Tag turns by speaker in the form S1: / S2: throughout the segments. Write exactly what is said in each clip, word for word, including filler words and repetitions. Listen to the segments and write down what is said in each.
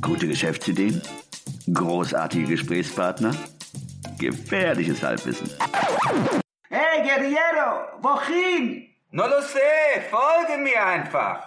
S1: Gute Geschäftsideen? Großartige Gesprächspartner? Gefährliches Halbwissen.
S2: Hey, Guerriero, wohin?
S3: No lo sé, folge mir einfach.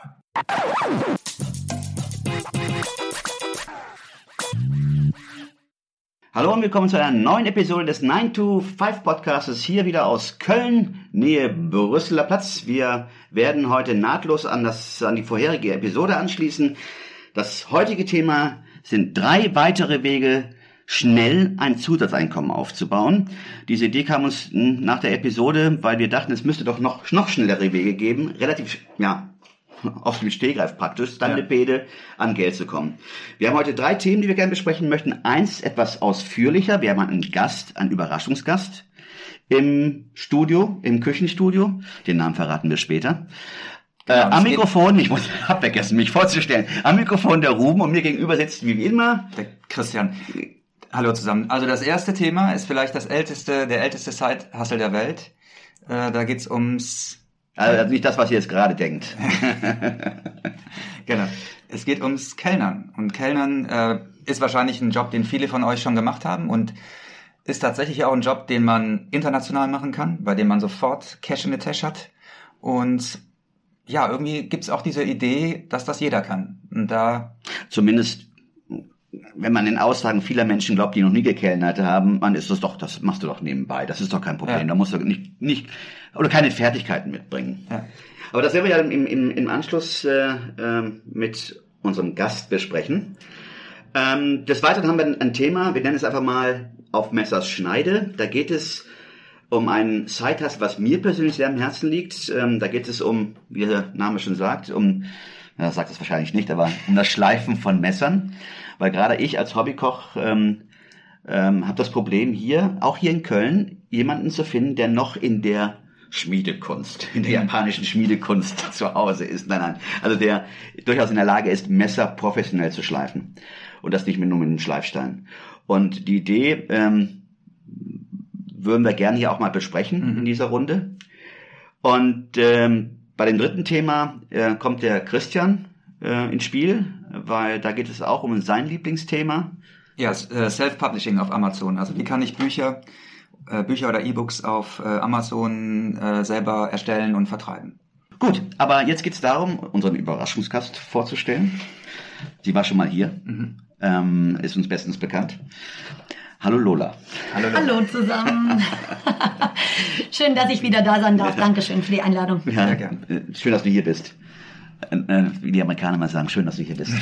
S1: Hallo und willkommen zu einer neuen Episode des nine to five Podcasts, hier wieder aus Köln, Nähe Brüsseler Platz. Wir werden heute nahtlos an, das, an die vorherige Episode anschließen. Das heutige Thema sind drei weitere Wege, schnell ein Zusatzeinkommen aufzubauen. Diese Idee kam uns nach der Episode, weil wir dachten, es müsste doch noch, noch schnellere Wege geben, relativ, ja, auf dem Stehgreif praktisch, Standepede, ja, an Geld zu kommen. Wir haben heute drei Themen, die wir gerne besprechen möchten. Eins etwas ausführlicher. Wir haben einen Gast, einen Überraschungsgast im Studio, im Küchenstudio. Den Namen verraten wir später. Genau, äh, am Mikrofon, ich muss, hab vergessen, mich vorzustellen. Am Mikrofon der Ruben und mir gegenüber sitzt wie immer
S4: der Christian. Hallo zusammen. Also das erste Thema ist vielleicht das älteste, der älteste Side-Hustle der Welt. Äh, da geht's ums
S1: Also nicht das, was ihr jetzt gerade denkt.
S4: Genau. Es geht ums Kellnern. Und Kellnern äh, ist wahrscheinlich ein Job, den viele von euch schon gemacht haben und ist tatsächlich auch ein Job, den man international machen kann, bei dem man sofort Cash in the Tasche hat. Und ja, irgendwie gibt's auch diese Idee, dass das jeder kann. Und da
S1: zumindest, wenn man den Aussagen vieler Menschen glaubt, die noch nie gekellnert haben, man ist das doch, das machst du doch nebenbei, das ist doch kein Problem, ja. Da musst du nicht, nicht, oder keine Fertigkeiten mitbringen. Ja. Aber das werden wir ja im, im, im Anschluss äh, äh, mit unserem Gast besprechen. Ähm, des Weiteren haben wir ein, ein Thema, wir nennen es einfach mal auf Messers Schneide. Da geht es um einen Side-Hustle, was mir persönlich sehr am Herzen liegt. Ähm, da geht es um, wie der Name schon sagt, um, ja, sagt es wahrscheinlich nicht, aber um das Schleifen von Messern. Weil gerade ich als Hobbykoch ähm, ähm, habe das Problem hier, auch hier in Köln, jemanden zu finden, der noch in der Schmiedekunst, in der japanischen Schmiedekunst zu Hause ist. Nein, nein. Also der durchaus in der Lage ist, Messer professionell zu schleifen. Und das nicht nur mit einem Schleifstein. Und die Idee ähm, würden wir gerne hier auch mal besprechen, mhm, in dieser Runde. Und ähm, bei dem dritten Thema äh, kommt der Christian äh, ins Spiel, weil da geht es auch um sein Lieblingsthema.
S4: Ja, Self-Publishing auf Amazon. Also wie kann ich Bücher, äh, Bücher oder E-Books auf äh, Amazon äh, selber erstellen und vertreiben.
S1: Gut, aber jetzt geht es darum, unseren Überraschungsgast vorzustellen. Sie war schon mal hier, mhm, ähm, ist uns bestens bekannt. Hallo Lola.
S5: Hallo, Lola. Hallo zusammen. Schön, dass ich wieder da sein darf. Dankeschön für die Einladung.
S1: Ja, sehr gerne. Schön, dass du hier bist. Wie die Amerikaner mal sagen, schön, dass du hier bist.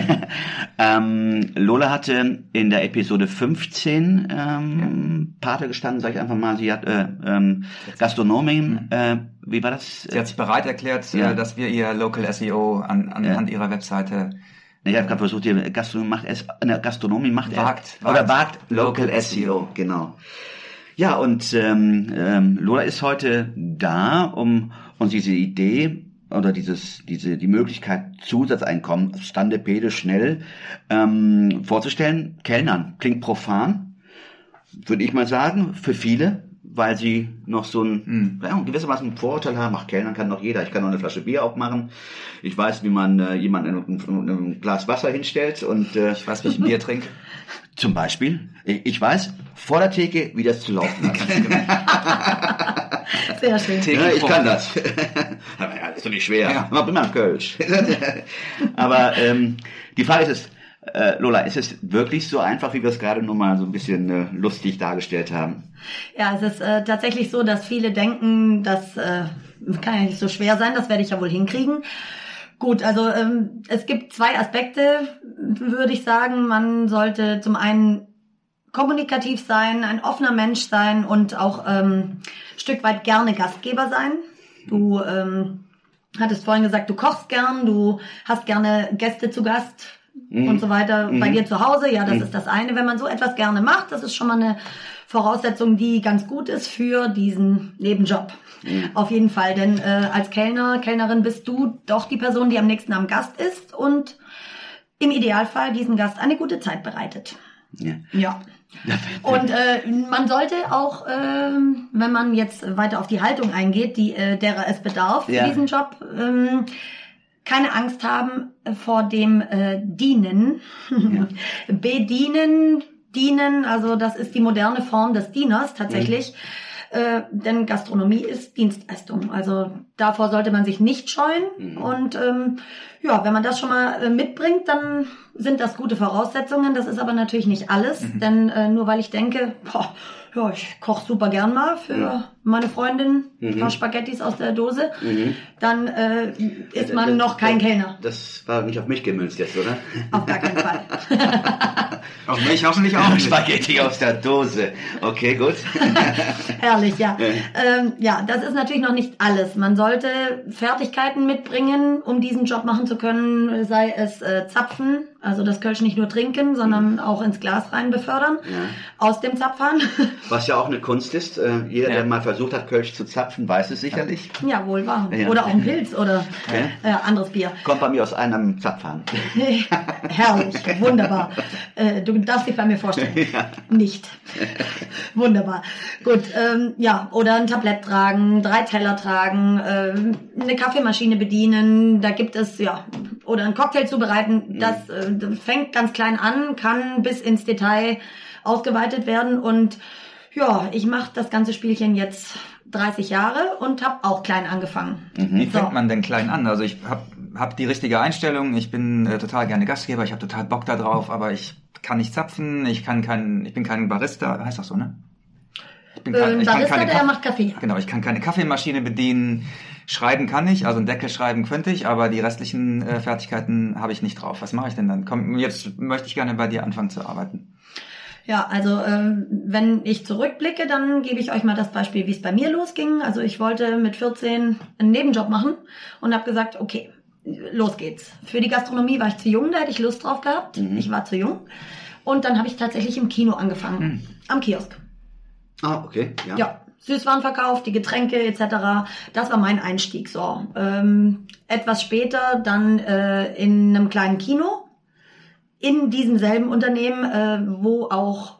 S1: ähm, Lola hatte in der Episode fünfzehn ähm, ja. Pate gestanden, sag ich einfach mal. Sie hat äh, ähm, Gastronomin, äh, wie war das?
S4: Sie hat sich bereit erklärt, ja, äh, dass wir ihr Local S E O an, anhand ja. ihrer Webseite...
S1: Ich habe gerade versucht, die Gastronomie macht es, eine Gastronomie macht
S4: wagt,
S1: er, oder wagt Local S E O, genau. Ja, und ähm, ähm, Lola ist heute da, um uns diese Idee oder dieses, diese, die Möglichkeit Zusatzeinkommen, Standepede schnell ähm, vorzustellen. Kellnern klingt profan, würde ich mal sagen, für viele, weil sie noch so ein, hm. ja, gewissermaßen ein Vorurteil haben. Ach, Kellnern kann doch jeder. Ich kann noch eine Flasche Bier aufmachen. Ich weiß, wie man äh, jemanden in, in, in ein Glas Wasser hinstellt und äh,
S4: ich weiß, wie ich ein Bier trinke.
S1: Zum Beispiel. Ich, ich weiß vor der Theke, wie das zu laufen hat.
S5: Sehr schön.
S1: Ja, ich kann das. Ja, ist doch nicht schwer. Ja. Mach immer einen Kölsch. Aber ähm, die Frage ist es, äh, Lola, ist es wirklich so einfach, wie wir es gerade nur mal so ein bisschen äh, lustig dargestellt haben?
S5: Ja, es ist äh, tatsächlich so, dass viele denken, das äh, kann ja nicht so schwer sein, das werde ich ja wohl hinkriegen. Gut, also ähm, es gibt zwei Aspekte, würde ich sagen. Man sollte zum einen kommunikativ sein, ein offener Mensch sein und auch ähm, ein Stück weit gerne Gastgeber sein. Du ähm, hattest vorhin gesagt, du kochst gern, du hast gerne Gäste zu Gast mhm. und so weiter mhm. bei dir zu Hause. Ja, das mhm. ist das eine. Wenn man so etwas gerne macht, das ist schon mal eine Voraussetzung, die ganz gut ist für diesen Nebenjob. Mhm. Auf jeden Fall, denn äh, als Kellner, Kellnerin bist du doch die Person, die am nächsten am Gast ist und im Idealfall diesen Gast eine gute Zeit bereitet. Ja. ja. Und äh, man sollte auch, äh, wenn man jetzt weiter auf die Haltung eingeht, die äh, derer es bedarf für ja. diesen Job, ähm, keine Angst haben vor dem äh, Dienen. Ja. Bedienen, dienen, also das ist die moderne Form des Dieners tatsächlich. Mhm. Äh, denn Gastronomie ist Dienstleistung. Also davor sollte man sich nicht scheuen. Mhm. Und ähm, ja, wenn man das schon mal äh, mitbringt, dann sind das gute Voraussetzungen. Das ist aber natürlich nicht alles. Mhm. Denn äh, nur weil ich denke, boah, ja, ich koche super gern mal für ja. meine Freundin ein mhm. paar Spaghettis aus der Dose, mhm. dann äh, ist man das, noch kein
S1: das,
S5: Kellner.
S1: Das war nicht auf mich gemünzt jetzt, oder?
S5: Auf gar keinen Fall.
S4: Auf mich hoffentlich auch nicht.
S1: Spaghetti aus der Dose. Okay, gut.
S5: Herrlich, ja. Ähm, ja, das ist natürlich noch nicht alles. Man sollte Fertigkeiten mitbringen, um diesen Job machen zu können, sei es äh, Zapfen, also das Kölsch nicht nur trinken, sondern mhm. auch ins Glas rein befördern, ja. aus dem Zapfhahn.
S1: Was ja auch eine Kunst ist. Äh, jeder, ja. der mal versucht hat, Kölsch zu zapfen, weiß es sicherlich.
S5: Ja, wohl wahr. Ja. Oder auch ein Pilz oder ja. äh, anderes Bier.
S1: Kommt bei mir aus einem Zapfhahn.
S5: Herrlich, wunderbar. Äh, du darfst dich bei mir vorstellen. Ja. Nicht. Wunderbar. Gut, ähm, ja, oder ein Tablett tragen, drei Teller tragen, ähm, eine Kaffeemaschine bedienen, da gibt es, ja, oder einen Cocktail zubereiten, das, äh, das fängt ganz klein an, kann bis ins Detail ausgeweitet werden und ja, ich mache das ganze Spielchen jetzt dreißig Jahre und habe auch klein angefangen.
S4: Mhm. Wie fängt so. man denn klein an? Also ich habe hab die richtige Einstellung, ich bin äh, total gerne Gastgeber, ich habe total Bock da drauf, aber ich kann nicht zapfen, ich kann kein, ich bin kein Barista, heißt das so, ne? Ich bin kein,
S5: ähm,
S4: ich
S5: Barista,
S4: kann keine
S5: der
S4: Kaff-
S5: macht Kaffee.
S4: Genau, ich kann keine Kaffeemaschine bedienen, schreiben kann ich, also einen Deckel schreiben könnte ich, aber die restlichen äh, Fertigkeiten habe ich nicht drauf. Was mache ich denn dann? Komm, jetzt möchte ich gerne bei dir anfangen zu arbeiten.
S5: Ja, also ähm, wenn ich zurückblicke, dann gebe ich euch mal das Beispiel, wie es bei mir losging. Also ich wollte mit vierzehn einen Nebenjob machen und habe gesagt, okay, los geht's. Für die Gastronomie war ich zu jung, da hätte ich Lust drauf gehabt. Mhm. Ich war zu jung. Und dann habe ich tatsächlich im Kino angefangen, mhm. am Kiosk.
S1: Ah, okay. Ja.
S5: Ja, Süßwarenverkauf, die Getränke et cetera. Das war mein Einstieg. So, ähm, etwas später dann äh, in einem kleinen Kino. In diesem selben Unternehmen, äh, wo auch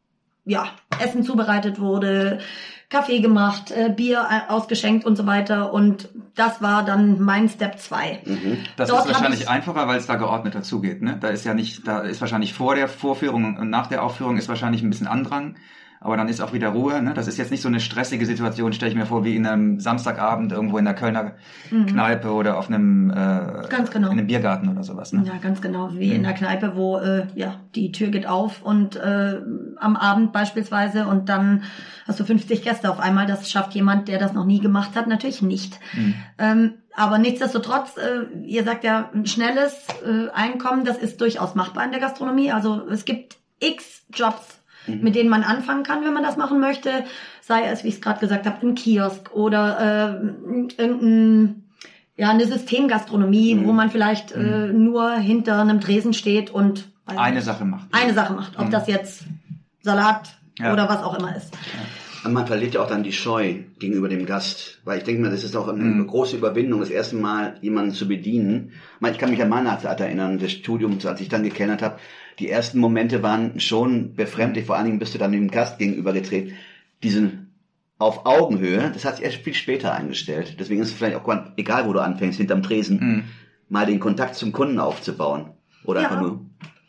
S5: ja Essen zubereitet wurde, Kaffee gemacht, äh, Bier ausgeschenkt und so weiter. Und das war dann mein Step zwei.
S4: Mhm. Das Dort ist wahrscheinlich einfacher, weil es da geordneter zugeht. Ne? Da ist ja nicht, da ist wahrscheinlich vor der Vorführung und nach der Aufführung ist wahrscheinlich ein bisschen Andrang. Aber dann ist auch wieder Ruhe. Ne? Das ist jetzt nicht so eine stressige Situation, stelle ich mir vor, wie in einem Samstagabend irgendwo in der Kölner mhm. Kneipe oder auf einem, äh,
S5: ganz genau.
S4: in einem Biergarten oder sowas. Ne?
S5: Ja, ganz genau. Wie mhm. in der Kneipe, wo äh, ja die Tür geht auf und äh, am Abend beispielsweise und dann hast du fünfzig Gäste auf einmal. Das schafft jemand, der das noch nie gemacht hat, natürlich nicht. Mhm. Ähm, aber nichtsdestotrotz, äh, ihr sagt ja, ein schnelles äh, Einkommen, das ist durchaus machbar in der Gastronomie. Also es gibt x Jobs, mit denen man anfangen kann, wenn man das machen möchte. Sei es, wie ich es gerade gesagt habe, ein Kiosk oder äh, irgendein, ja, eine Systemgastronomie, mhm. wo man vielleicht mhm. äh, nur hinter einem Tresen steht und
S4: eine nicht, Sache macht.
S5: Eine Sache macht. Ob mhm. das jetzt Salat ja. oder was auch immer ist.
S1: Ja. Man verliert ja auch dann die Scheu gegenüber dem Gast. Weil ich denke mir, das ist auch eine mhm. große Überwindung, das erste Mal jemanden zu bedienen. Ich kann mich an meine Zeit erinnern, des Studiums, als ich dann gekellnert habe. Die ersten Momente waren schon befremdlich, vor allen Dingen bist du dann dem Gast gegenübergetreten. Diesen auf Augenhöhe, das hat sich erst viel später eingestellt. Deswegen ist es vielleicht auch egal, wo du anfängst, hinterm Tresen, mhm. mal den Kontakt zum Kunden aufzubauen. Oder ja. einfach nur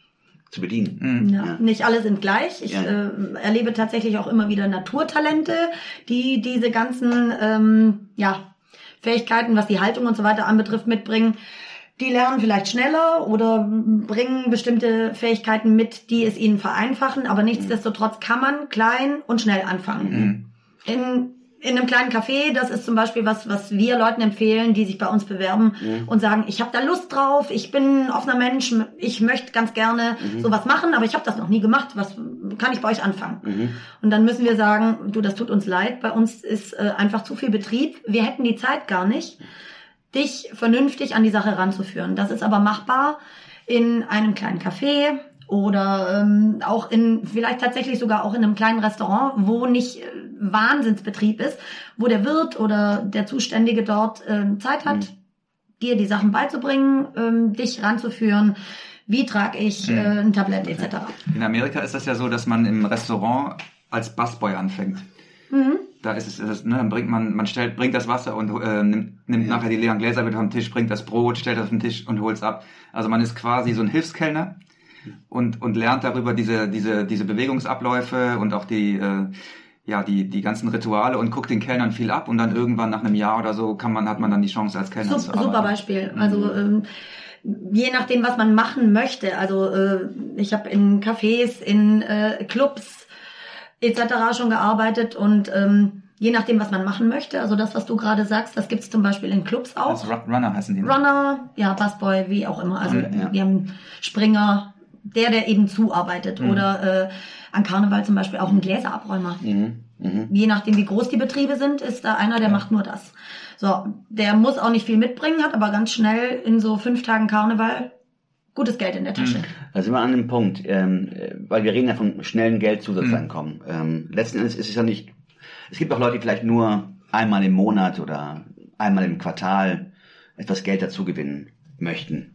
S1: zu bedienen.
S5: Mhm. Ja, ja. Nicht alle sind gleich. Ich ja. äh, erlebe tatsächlich auch immer wieder Naturtalente, die diese ganzen ähm, ja, Fähigkeiten, was die Haltung und so weiter anbetrifft, mitbringen. Die lernen vielleicht schneller oder bringen bestimmte Fähigkeiten mit, die es ihnen vereinfachen, aber nichtsdestotrotz kann man klein und schnell anfangen. Mhm. In, in einem kleinen Café, das ist zum Beispiel was, was wir Leuten empfehlen, die sich bei uns bewerben mhm. und sagen, ich habe da Lust drauf, ich bin ein offener Mensch, ich möchte ganz gerne mhm. sowas machen, aber ich habe das noch nie gemacht, was kann ich bei euch anfangen? Mhm. Und dann müssen wir sagen, du, das tut uns leid, bei uns ist äh, einfach zu viel Betrieb, wir hätten die Zeit gar nicht, dich vernünftig an die Sache ranzuführen. Das ist aber machbar in einem kleinen Café oder ähm, auch in, vielleicht tatsächlich sogar auch in einem kleinen Restaurant, wo nicht äh, Wahnsinnsbetrieb ist, wo der Wirt oder der Zuständige dort äh, Zeit hat, mhm. dir die Sachen beizubringen, ähm, dich ranzuführen. Wie trage ich äh, ein Tablett et cetera.
S4: In Amerika ist das ja so, dass man im Restaurant als Busboy anfängt. Mhm. Da ist es, das, ne, dann bringt man, man stellt, bringt das Wasser und äh, nimmt, nimmt ja. nachher die leeren Gläser mit vom Tisch, bringt das Brot, stellt das auf den Tisch und holt es ab. Also man ist quasi so ein Hilfskellner und und lernt darüber diese diese diese Bewegungsabläufe und auch die äh, ja die die ganzen Rituale und guckt den Kellnern viel ab und dann irgendwann nach einem Jahr oder so kann man hat man dann die Chance als Kellner
S5: Sup,
S4: zu arbeiten.
S5: Super Beispiel. Also ähm, je nachdem, was man machen möchte. Also äh, ich habe in Cafés, in äh, Clubs et cetera schon gearbeitet und ähm, je nachdem, was man machen möchte, also das, was du gerade sagst, das gibt's zum Beispiel in Clubs auch.
S4: Also Runner heißen die.
S5: Runner, ja, Busboy, wie auch immer. Also
S1: ja.
S5: wir haben Springer, der, der eben zuarbeitet. Mhm. Oder äh, an Karneval zum Beispiel auch ein Gläserabräumer. Mhm. Mhm. Je nachdem, wie groß die Betriebe sind, ist da einer, der ja. macht nur das. So, der muss auch nicht viel mitbringen, hat aber ganz schnell in so fünf Tagen Karneval gutes Geld in der Tasche.
S1: Da sind wir an dem Punkt, ähm, weil wir reden ja von schnellen Geldzusatzeinkommen. Mhm. Ähm, letzten Endes ist es ja nicht, es gibt auch Leute, die vielleicht nur einmal im Monat oder einmal im Quartal etwas Geld dazu gewinnen möchten.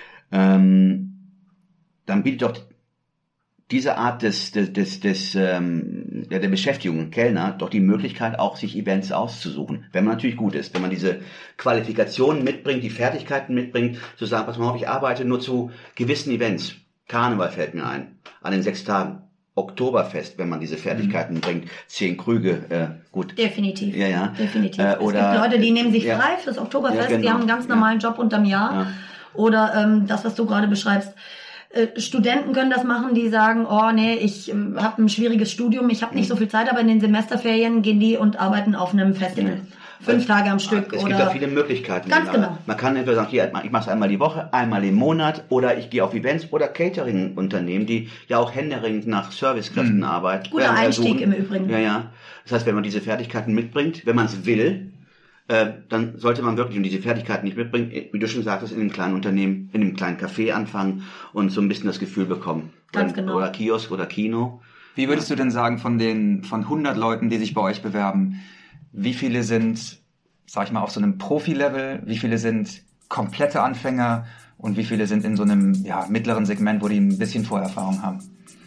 S1: Ähm, dann bietet doch diese Art des, des, des, des ähm, der, der Beschäftigung, Kellner, doch die Möglichkeit auch, sich Events auszusuchen, wenn man natürlich gut ist, wenn man diese Qualifikationen mitbringt, die Fertigkeiten mitbringt, zu sagen, pass mal auf, ich arbeite nur zu gewissen Events. Karneval fällt mir ein, an den sechs Tagen. Oktoberfest, wenn man diese Fertigkeiten mhm. bringt, zehn Krüge, äh, gut.
S5: Definitiv.
S1: Ja, ja.
S5: Definitiv.
S1: Äh, oder,
S5: es gibt Leute, die nehmen sich
S1: ja.
S5: frei fürs Oktoberfest,
S1: ja, genau.
S5: die haben einen ganz normalen ja. Job unterm Jahr.
S1: Ja.
S5: Oder ähm, das, was du gerade beschreibst. Äh, Studenten können das machen, die sagen, oh nee, ich äh, habe ein schwieriges Studium, ich habe nicht so viel Zeit, aber in den Semesterferien gehen die und arbeiten auf einem Festival. Ja. Fünf es, Tage am Stück.
S1: Es
S5: oder
S1: gibt da viele Möglichkeiten.
S5: Ganz genau.
S1: Man kann entweder sagen, hier, ich mache es einmal die Woche, einmal im Monat oder ich gehe auf Events oder Catering-Unternehmen, die ja auch händeringend nach Servicekräften mhm. arbeiten.
S5: Guter
S1: äh,
S5: Einstieg
S1: suchen.
S5: im Übrigen.
S1: Ja, ja. Das heißt, wenn man diese Fertigkeiten mitbringt, wenn man es will, äh, dann sollte man wirklich, und diese Fertigkeiten nicht mitbringen, wie du schon sagtest, in einem kleinen Unternehmen, in einem kleinen Café anfangen und so ein bisschen das Gefühl bekommen.
S5: Ganz
S1: oder,
S5: genau.
S1: Oder Kiosk oder Kino.
S4: Wie würdest du denn sagen, von den von hundert Leuten, die sich bei euch bewerben, wie viele sind, sag ich mal, auf so einem Profi-Level, wie viele sind komplette Anfänger und wie viele sind in so einem ja, mittleren Segment, wo die ein bisschen Vorerfahrung haben?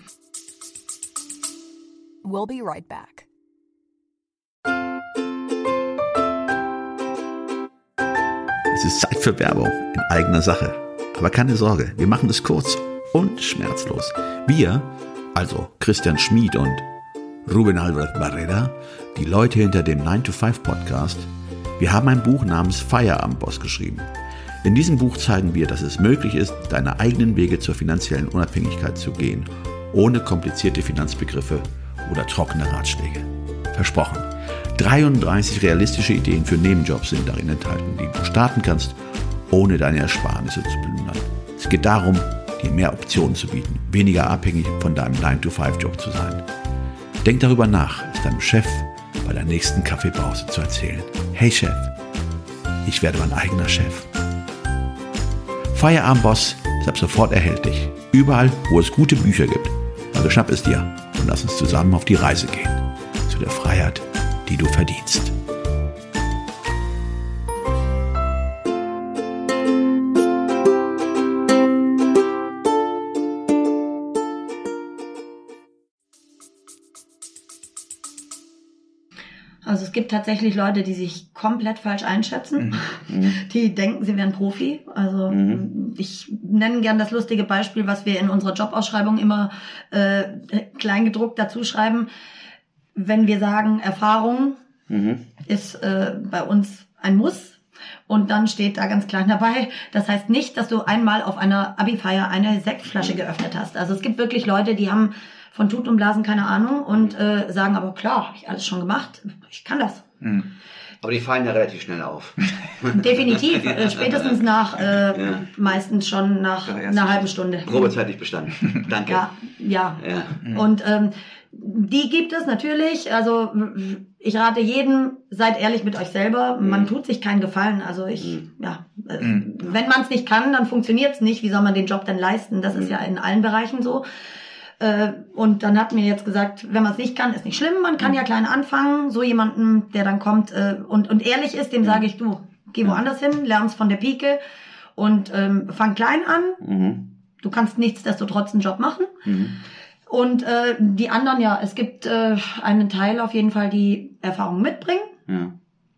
S6: We'll be right back.
S7: Es ist Zeit für Werbung in eigener Sache. Aber keine Sorge, wir machen es kurz und schmerzlos. Wir, also Christian Schmid und Ruben Albert Barrera, die Leute hinter dem nine to five Podcast, wir haben ein Buch namens Feierabendboss geschrieben. In diesem Buch zeigen wir, dass es möglich ist, deine eigenen Wege zur finanziellen Unabhängigkeit zu gehen, ohne komplizierte Finanzbegriffe oder trockene Ratschläge. Versprochen. dreiunddreißig realistische Ideen für Nebenjobs sind darin enthalten, die du starten kannst, ohne deine Ersparnisse zu plündern. Es geht darum, dir mehr Optionen zu bieten, weniger abhängig von deinem nine to five Job zu sein. Denk darüber nach, es deinem Chef bei der nächsten Kaffeepause zu erzählen. Hey Chef, ich werde mein eigener Chef. Feierabendboss ist ab sofort erhältlich. Überall, wo es gute Bücher gibt. Also schnapp es dir und lass uns zusammen auf die Reise gehen. Zu der Freiheit, die du verdienst.
S5: Also es gibt tatsächlich Leute, die sich komplett falsch einschätzen. Mhm. Die denken, sie wären Profi. Also mhm. ich nenne gern das lustige Beispiel, was wir in unserer Jobausschreibung immer äh, kleingedruckt dazu schreiben. Wenn wir sagen, Erfahrung mhm. ist äh, bei uns ein Muss. Und dann steht da ganz klein dabei, das heißt nicht, dass du einmal auf einer Abi-Feier eine Sektflasche geöffnet hast. Also es gibt wirklich Leute, die haben von Tut und Blasen keine Ahnung und äh, sagen aber, klar, habe ich alles schon gemacht, ich kann das.
S1: Mhm. Aber die fallen ja relativ schnell auf.
S5: Definitiv, äh, spätestens nach, äh, ja. meistens schon nach einer halben Stunde.
S1: Probezeit nicht bestanden, danke.
S5: Ja, ja. ja. Mhm. Und ähm, die gibt es natürlich, also ich rate jedem, seid ehrlich mit euch selber, man mhm. tut sich keinen Gefallen, also ich, mhm. ja, äh, mhm. wenn man es nicht kann, dann funktioniert es nicht, wie soll man den Job denn leisten, das mhm. ist ja in allen Bereichen so. Und dann hat mir jetzt gesagt, wenn man es nicht kann, ist nicht schlimm, man kann ja klein anfangen, so jemanden, der dann kommt und, und ehrlich ist, dem sage ich, du, geh woanders hin, lernst von der Pike und ähm, fang klein an, mhm. du kannst nichtsdestotrotz einen Job machen. Mhm. Und äh, die anderen, ja, es gibt äh, einen Teil auf jeden Fall, die Erfahrung mitbringen.
S1: Ja.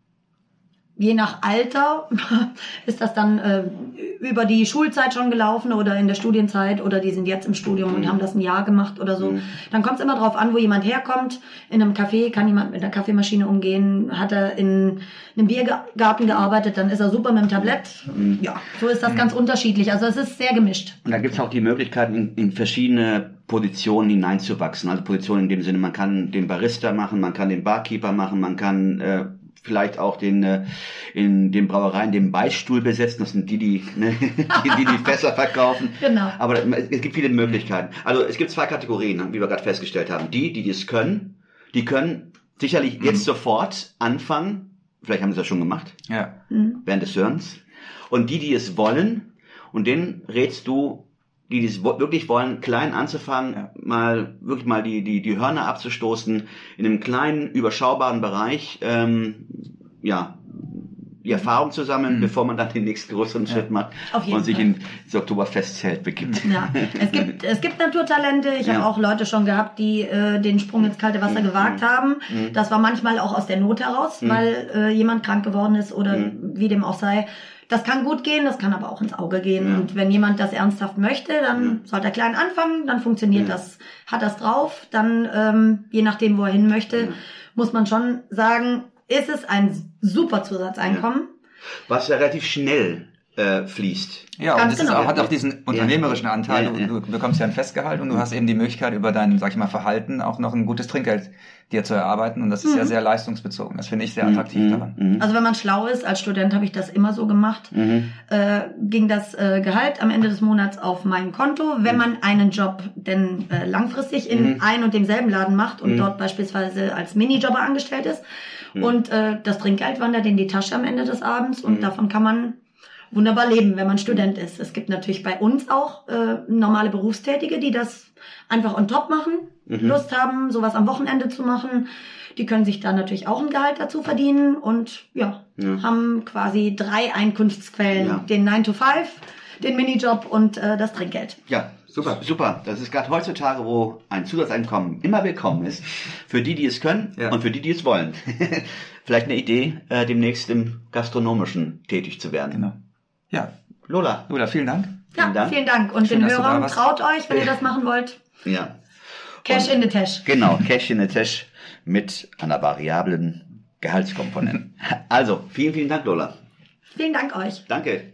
S5: Je nach Alter ist das dann äh, über die Schulzeit schon gelaufen oder in der Studienzeit oder die sind jetzt im Studium mhm. und haben das ein Jahr gemacht oder so. Mhm. Dann kommt es immer drauf an, wo jemand herkommt. In einem Café kann jemand mit einer Kaffeemaschine umgehen. Hat er in einem Biergarten gearbeitet, dann ist er super mit dem Tablett. Mhm. Ja, so ist das mhm. ganz unterschiedlich. Also es ist sehr gemischt.
S1: Und da gibt es auch die Möglichkeit, in, in verschiedene Positionen hineinzuwachsen. Also Positionen in dem Sinne, man kann den Barista machen, man kann den Barkeeper machen, man kann... Äh, vielleicht auch den äh, in den Brauereien den Beichtstuhl besetzen, das sind die, die ne, die, die die Fässer verkaufen. Genau. Aber es gibt viele Möglichkeiten. Also es gibt zwei Kategorien, wie wir gerade festgestellt haben. Die, die das können, die können sicherlich mhm. jetzt sofort anfangen, vielleicht haben sie das schon gemacht,
S4: ja.
S1: mhm. während des Hörens. Und die, die es wollen, und denen rätst du, die es wirklich wollen, klein anzufangen, ja. mal wirklich mal die die die Hörner abzustoßen, in einem kleinen, überschaubaren Bereich, ähm, ja, die Erfahrung zu sammeln, mhm. bevor man dann den nächsten größeren ja. Schritt macht und sich in das Oktoberfestzelt begibt.
S5: Ja, es gibt es gibt Naturtalente. Ich ja. habe auch Leute schon gehabt, die äh, den Sprung ins kalte Wasser mhm. gewagt haben. Mhm. Das war manchmal auch aus der Not heraus, mhm. weil äh, jemand krank geworden ist oder mhm. wie dem auch sei. Das kann gut gehen, das kann aber auch ins Auge gehen. Ja. Und wenn jemand das ernsthaft möchte, dann ja. sollte er klein anfangen, dann funktioniert ja. das. Hat das drauf, dann ähm, je nachdem, wo er hin möchte, ja. muss man schon sagen, ist es ein super Zusatzeinkommen. Ja.
S1: Was ja relativ schnell äh, fließt.
S4: Ja, Ganz und das genau. ist auch, hat auch diesen unternehmerischen ja. Anteil. Ja, ja. Du, du bekommst ja ein Festgehalt und du hast eben die Möglichkeit, über dein, sag ich mal, Verhalten auch noch ein gutes Trinkgeld dir zu erarbeiten. Und das ist mhm. ja sehr leistungsbezogen. Das finde ich sehr attraktiv
S1: mhm.
S4: daran.
S5: Also wenn man schlau ist, als Student habe ich das immer so gemacht, mhm. äh, ging das äh, Gehalt am Ende des Monats auf mein Konto. Wenn man einen Job denn äh, langfristig in mhm. ein und demselben Laden macht und mhm. dort beispielsweise als Minijobber angestellt ist mhm. und äh, das Trinkgeld wandert in die Tasche am Ende des Abends und mhm. davon kann man wunderbar leben, wenn man Student ist. Es gibt natürlich bei uns auch äh, normale Berufstätige, die das einfach on top machen, mhm. Lust haben, sowas am Wochenende zu machen. Die können sich da natürlich auch ein Gehalt dazu verdienen und ja, ja. haben quasi drei Einkunftsquellen. Ja. Den nine to five, den Minijob und äh, das Trinkgeld.
S1: Ja, super, super. Das ist gerade heutzutage, wo ein Zusatzeinkommen immer willkommen ist, für die, die es können ja. und für die, die es wollen. Vielleicht eine Idee, äh, demnächst im Gastronomischen tätig zu werden.
S4: Genau. Ja,
S1: Lola.
S4: Lola, vielen Dank.
S5: Ja,
S1: vielen Dank.
S5: Vielen Dank. Und
S4: Schön,
S5: den Hörern, traut euch, wenn ihr das machen wollt.
S1: Ja.
S5: Cash
S1: Und,
S5: in the Tash.
S1: Genau, Cash in the Tash mit einer variablen Gehaltskomponente. Also, vielen, vielen Dank, Lola.
S5: Vielen Dank euch.
S1: Danke.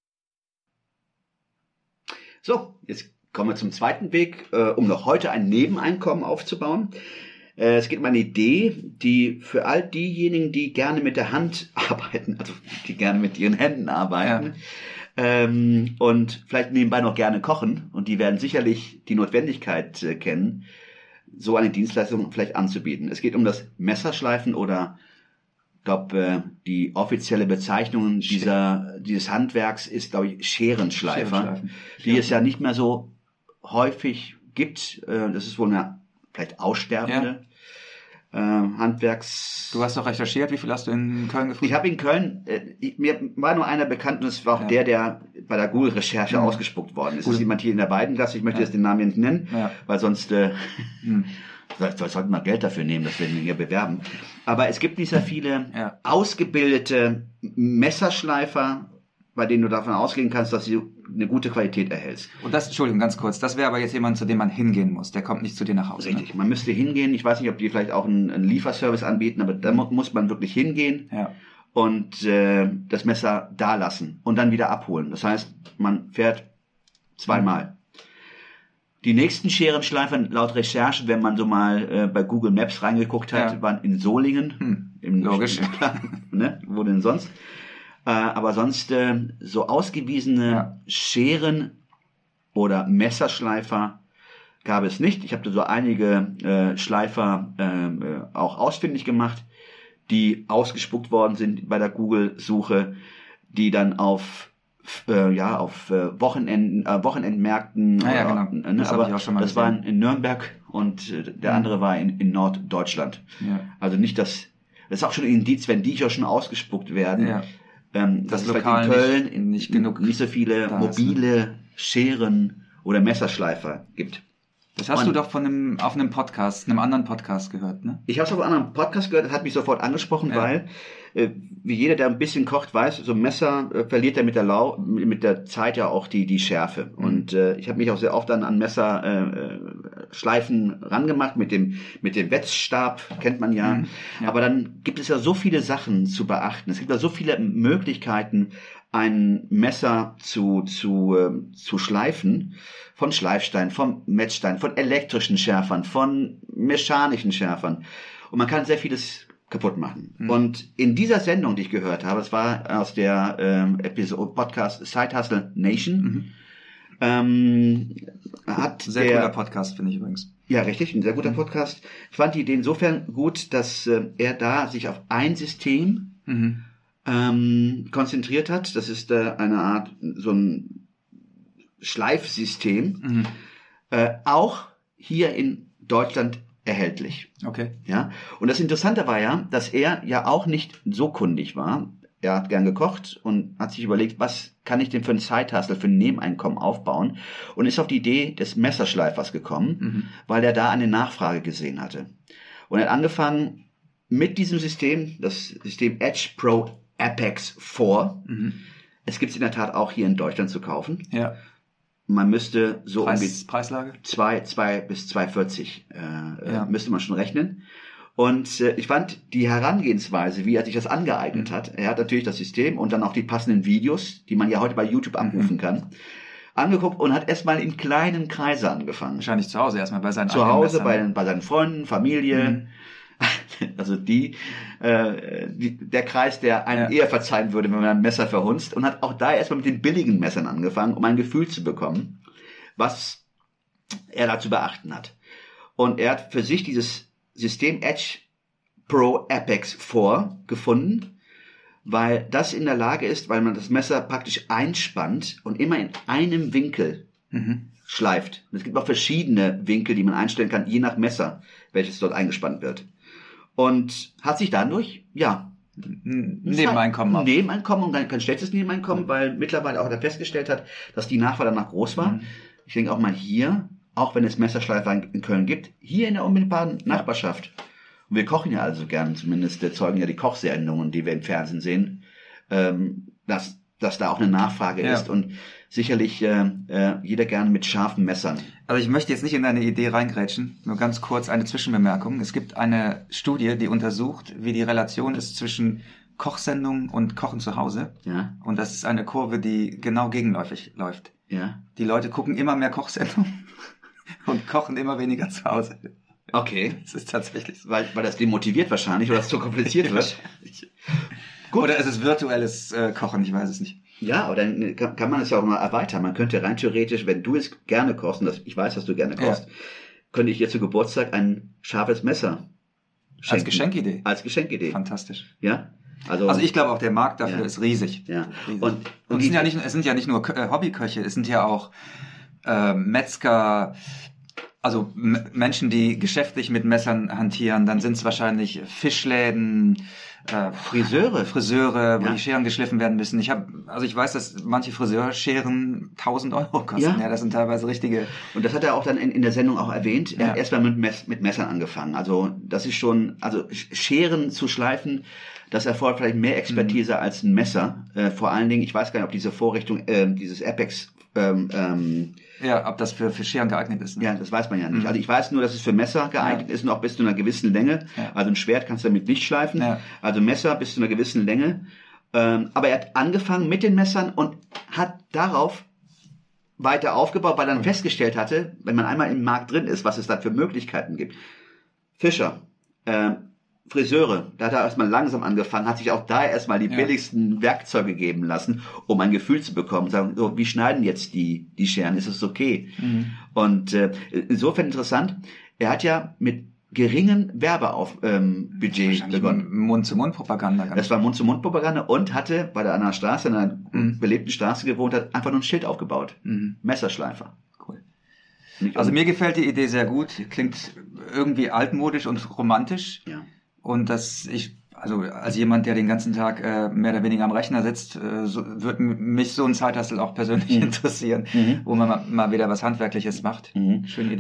S1: So, jetzt kommen wir zum zweiten Weg, äh, um noch heute ein Nebeneinkommen aufzubauen. Es geht um eine Idee, die für all diejenigen, die gerne mit der Hand arbeiten, also die gerne mit ihren Händen arbeiten ja. ähm, und vielleicht nebenbei noch gerne kochen, und die werden sicherlich die Notwendigkeit äh, kennen, so eine Dienstleistung vielleicht anzubieten. Es geht um das Messerschleifen oder ich glaube, äh, die offizielle Bezeichnung dieser dieses Handwerks ist, glaube ich, Scherenschleifer, Scherenschleifen. die ja. es ja nicht mehr so häufig gibt. Äh, das ist wohl eine vielleicht aussterbende ja. äh, Handwerks...
S4: Du hast doch recherchiert, wie viel hast du in Köln gefunden?
S1: Ich habe in Köln, äh, ich, mir war nur einer bekannt, und es war auch ja. der, der bei der Google-Recherche mhm. ausgespuckt worden ist. Das ist jemand hier in der Weidengasse, ich möchte ja. jetzt den Namen nicht nennen, ja. weil sonst äh, mhm. sollten wir Geld dafür nehmen, dass wir ihn hier bewerben. Aber es gibt nicht sehr viele ja. ausgebildete Messerschleifer, bei denen du davon ausgehen kannst, dass sie eine gute Qualität erhältst.
S4: Und das, Entschuldigung, ganz kurz, das wäre aber jetzt jemand, zu dem man hingehen muss. Der kommt nicht zu dir nach Hause.
S1: Richtig,
S4: ne?
S1: Man müsste hingehen. Ich weiß nicht, ob die vielleicht auch einen, einen Lieferservice anbieten, aber da mu- muss man wirklich hingehen
S4: ja.
S1: und äh, das Messer da lassen und dann wieder abholen. Das heißt, man fährt zweimal. Mhm. Die nächsten Scherenschleifer, laut Recherche, wenn man so mal äh, bei Google Maps reingeguckt hat, ja. waren in Solingen.
S4: Hm.
S1: Im,
S4: Logisch.
S1: ne? Wo denn sonst? Äh, aber sonst äh, so ausgewiesene ja. Scheren- oder Messerschleifer gab es nicht. Ich habe da so einige äh, Schleifer äh, auch ausfindig gemacht, die ausgespuckt worden sind bei der Google-Suche, die dann auf äh, ja auf äh, Wochenenden, äh, Wochenendmärkten,
S4: ah, ja,
S1: oder,
S4: genau.
S1: ne,
S4: das
S1: aber
S4: ich auch schon mal
S1: das
S4: gesehen.
S1: war in Nürnberg und äh, der
S4: mhm.
S1: andere war in, in Norddeutschland.
S4: Ja.
S1: Also nicht das, das ist auch schon ein Indiz, wenn die ja schon ausgespuckt werden.
S4: Ja.
S1: Ähm,
S4: das
S1: das ist
S4: lokal
S1: in Köln
S4: nicht, nicht genug
S1: nicht so viele mobile
S4: ist, ne?
S1: Scheren oder Messerschleifer gibt.
S4: Das hast
S1: Und
S4: du doch von einem, auf einem Podcast, einem anderen Podcast gehört, ne?
S1: Ich habe es auf einem anderen Podcast gehört, das hat mich sofort angesprochen,
S4: Ja.
S1: weil, äh, wie jeder, der ein bisschen kocht, weiß, so ein Messer äh, verliert ja mit der Lau mit der Zeit ja auch die die Schärfe.
S4: Mhm.
S1: Und äh, ich habe mich auch sehr oft dann an Messerschleifen äh, Schleifen rangemacht mit dem mit dem Wetzstab, kennt man ja.
S4: Mhm. Ja.
S1: Aber dann gibt es ja so viele Sachen zu beachten. Es gibt ja so viele Möglichkeiten, ein Messer zu zu äh, zu schleifen, von Schleifstein, vom Metzstein, von elektrischen Schärfern, von mechanischen Schärfern. Und man kann sehr vieles kaputt machen.
S4: Mhm.
S1: Und in dieser Sendung, die ich gehört habe, das war aus der ähm, Episode Podcast Side Hustle Nation,
S4: Mhm.
S1: ähm, hat
S4: Sehr
S1: der,
S4: cooler Podcast, finde ich übrigens.
S1: ja, richtig, ein sehr guter
S4: Mhm.
S1: Podcast. Ich fand die Idee insofern gut, dass äh, er da sich auf ein System
S4: Mhm.
S1: ähm, konzentriert hat. Das ist äh, eine Art, so ein Schleifsystem,
S4: Mhm.
S1: äh, auch hier in Deutschland erhältlich.
S4: Okay.
S1: Ja, und das Interessante war ja, dass er ja auch nicht so kundig war. Er hat gern gekocht und hat sich überlegt, was kann ich denn für ein Side-Hustle, für ein Nebeneinkommen aufbauen, und ist auf die Idee des Messerschleifers gekommen,
S4: Mhm.
S1: weil er da eine Nachfrage gesehen hatte. Und er hat angefangen mit diesem System, das System Edge Pro Apex vier.
S4: Mhm.
S1: Es gibt es in der Tat auch hier in Deutschland zu kaufen.
S4: Ja.
S1: Man müsste so um die
S4: Preis, Preislage?
S1: zwei, zwei bis zwei vierzig äh,
S4: Ja.
S1: äh, müsste man schon rechnen. Und äh, ich fand die Herangehensweise, wie er sich das angeeignet
S4: Mhm.
S1: hat. Er hat natürlich das System und dann auch die passenden Videos, die man ja heute bei YouTube abrufen
S4: Mhm.
S1: kann, angeguckt und hat erstmal in kleinen Kreise angefangen.
S4: Wahrscheinlich zu Hause erstmal bei seinen
S1: Zu
S4: eigenen
S1: Hause
S4: Messern.
S1: bei, den- bei seinen Freunden, Familie.
S4: Mhm.
S1: Also die, äh, die, der Kreis, der einem
S4: Ja.
S1: eher verzeihen würde, wenn man ein Messer verhunzt, und hat auch da erstmal mit den billigen Messern angefangen, um ein Gefühl zu bekommen, was er da zu beachten hat. Und er hat für sich dieses System Edge Pro Apex vier gefunden, weil das in der Lage ist, weil man das Messer praktisch einspannt und immer in einem Winkel
S4: Mhm.
S1: schleift. Und es gibt auch verschiedene Winkel, die man einstellen kann, je nach Messer, welches dort eingespannt wird. Und hat sich dadurch, ja,
S4: Ein Nebeneinkommen.
S1: ein
S4: ab.
S1: Nebeneinkommen, und kein schlechtes Nebeneinkommen, weil mittlerweile auch er festgestellt hat, dass die Nachfrage danach groß war.
S4: Mhm.
S1: Ich denke auch mal hier, auch wenn es Messerschleifer in Köln gibt, hier in der unmittelbaren Nachbarschaft. Und wir kochen ja also gern, zumindest erzeugen ja die Kochsendungen, die wir im Fernsehen sehen, ähm, dass, dass da auch eine Nachfrage
S4: Ja.
S1: ist und sicherlich äh, äh, jeder gern mit scharfen Messern.
S4: Also ich möchte jetzt nicht in deine Idee reingrätschen, nur ganz kurz eine Zwischenbemerkung. Es gibt eine Studie, die untersucht, wie die Relation ist zwischen Kochsendung und Kochen zu Hause.
S1: Ja,
S4: Und das ist eine Kurve, die genau gegenläufig läuft.
S1: ja.
S4: Die Leute gucken immer mehr Kochsendungen und kochen immer weniger zu Hause.
S1: Okay.
S4: Das ist tatsächlich so.
S1: Weil, weil das demotiviert wahrscheinlich oder es zu kompliziert wird. Gut.
S4: Oder ist es virtuelles äh, Kochen, ich weiß es nicht.
S1: Ja, aber dann kann, kann man es ja auch mal erweitern. Man könnte rein theoretisch, wenn du es gerne kochst, und das, ich weiß, dass du gerne kochst, könnte ich dir zu Geburtstag ein scharfes Messer schenken.
S4: Als Geschenkidee.
S1: Als Geschenkidee.
S4: Fantastisch.
S1: Ja? Also,
S4: Also ich glaube auch der Markt dafür
S1: Ja.
S4: ist riesig.
S1: ja.
S4: Riesig.
S1: Und,
S4: Und,
S1: und
S4: es,
S1: die,
S4: sind ja nicht, es sind ja nicht nur Kö- äh, Hobbyköche, es sind ja auch äh, Metzger, also M- Menschen, die geschäftlich mit Messern hantieren. Dann sind es wahrscheinlich Fischläden, äh,
S1: Friseure.
S4: Friseure, wo
S1: Ja.
S4: die Scheren geschliffen werden müssen. Ich habe, also ich weiß, dass manche Friseurscheren tausend Euro kosten.
S1: Ja.
S4: Ja, das sind teilweise richtige.
S1: Und das hat er auch dann in, in der Sendung auch erwähnt. Er
S4: Ja.
S1: hat erstmal mit, Mess, mit Messern angefangen. Also das ist schon, also Scheren zu schleifen, das erfordert vielleicht mehr Expertise
S4: Mhm.
S1: als ein Messer. Äh, vor allen Dingen, ich weiß gar nicht, ob diese Vorrichtung, äh, dieses Apex, ähm, ähm,
S4: Ja, ob das für, für Scheren geeignet ist. Ne?
S1: ja, das weiß man ja nicht.
S4: Mhm.
S1: Also ich weiß nur, dass es für Messer geeignet
S4: Ja.
S1: ist und auch bis zu einer gewissen Länge.
S4: Ja.
S1: Also ein Schwert kannst du damit nicht schleifen.
S4: Ja.
S1: Also Messer bis zu einer gewissen Länge. Ähm, aber er hat angefangen mit den Messern und hat darauf weiter aufgebaut, weil er dann festgestellt hatte, wenn man einmal im Markt drin ist, was es da für Möglichkeiten gibt. Fischer, ähm, Friseure, da hat er erstmal langsam angefangen, hat sich auch da erstmal die
S4: Ja.
S1: billigsten Werkzeuge geben lassen, um ein Gefühl zu bekommen. Sagen, so, wie schneiden jetzt die, die Scheren? Ist es okay?
S4: Mhm.
S1: Und äh, insofern interessant, er hat ja mit geringem Werbebudget ähm, Budget
S4: Wahrscheinlich
S1: begonnen.
S4: Mund-zu-Mund-Propaganda. ganz
S1: Das war Mund-zu-Mund-Propaganda und hatte, weil er an einer Straße, in einer
S4: Mhm.
S1: belebten Straße gewohnt hat, einfach nur ein Schild aufgebaut.
S4: Mhm.
S1: Messerschleifer.
S4: Cool.
S1: Nicht
S4: Also
S1: un-
S4: mir gefällt die Idee sehr gut. Klingt irgendwie altmodisch und romantisch.
S1: ja.
S4: Und dass ich, also als jemand, der den ganzen Tag äh, mehr oder weniger am Rechner sitzt, äh, so, würde m- mich so ein Side-Hustle auch persönlich
S1: Mhm.
S4: interessieren,
S1: Mhm.
S4: wo man mal, mal wieder was Handwerkliches macht.
S1: Mhm.
S4: Schöne Idee.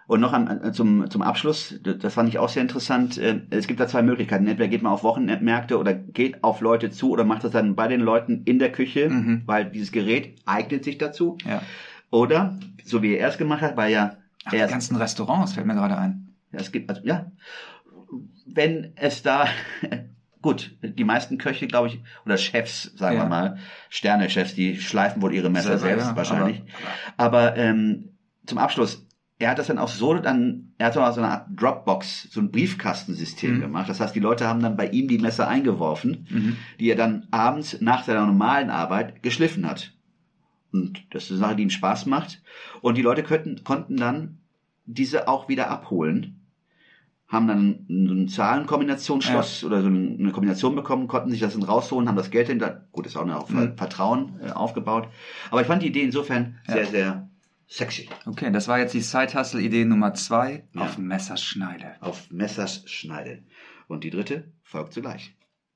S1: Und noch an, zum, zum Abschluss, das fand ich auch sehr interessant, es gibt da zwei Möglichkeiten. Entweder geht man auf Wochenmärkte oder geht auf Leute zu oder macht das dann bei den Leuten in der Küche, mhm. weil dieses Gerät eignet sich dazu. Ja. Oder, so wie er es gemacht hat, weil ja...
S4: Ach, die ganzen Restaurants, fällt mir gerade ein.
S1: Ja, es gibt, also, ja, wenn es da... Gut, die meisten Köche, glaube ich, oder Chefs, sagen ja. wir mal, Sterne-Chefs, die schleifen wohl ihre Messer Selber, selbst ja, wahrscheinlich. Aber, aber ähm, zum Abschluss, er hat das dann auch so dann, er hat so eine Art Dropbox, so ein Briefkastensystem mhm. gemacht. Das heißt, die Leute haben dann bei ihm die Messer eingeworfen, mhm. die er dann abends nach seiner normalen Arbeit geschliffen hat. Und das ist eine Sache, die ihm Spaß macht. Und die Leute könnten, konnten dann diese auch wieder abholen, haben dann so ein Zahlenkombinationsschloss ja. oder so eine Kombination bekommen, konnten sich das dann rausholen, haben das Geld hinter, gut, ist auch noch auf mhm. Vertrauen äh, aufgebaut. Aber ich fand die Idee insofern ja. sehr, sehr sexy.
S4: Okay, das war jetzt die Side-Hustle-Idee Nummer zwei. Ja. Auf Messerschneide.
S1: Auf Messerschneide. Und die dritte folgt zugleich.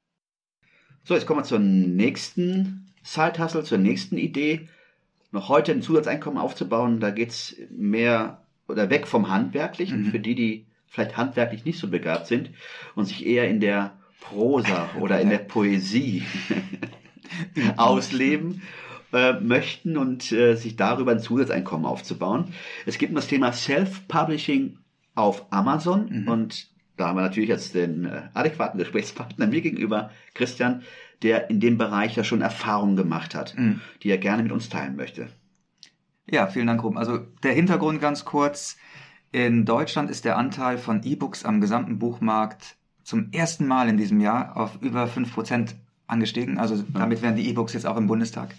S1: So, jetzt kommen wir zur nächsten Side-Hustle, zur nächsten Idee. Noch heute ein Zusatzeinkommen aufzubauen, da geht's mehr oder weg vom Handwerklichen, mhm. für die, die vielleicht handwerklich nicht so begabt sind und sich eher in der Prosa oder in der Poesie ausleben äh, möchten und äh, sich darüber ein Zusatzeinkommen aufzubauen. Es gibt das Thema Self-Publishing auf Amazon mhm. und da haben wir natürlich jetzt den äh, adäquaten Gesprächspartner mir gegenüber, Christian, der in dem Bereich ja schon Erfahrungen gemacht hat, mhm. die er gerne mit uns teilen möchte.
S4: Ja, vielen Dank, Ruben. Also der Hintergrund ganz kurz. In Deutschland ist der Anteil von E-Books am gesamten Buchmarkt zum ersten Mal in diesem Jahr auf über fünf Prozent angestiegen. Also damit wären die E-Books jetzt auch im Bundestag.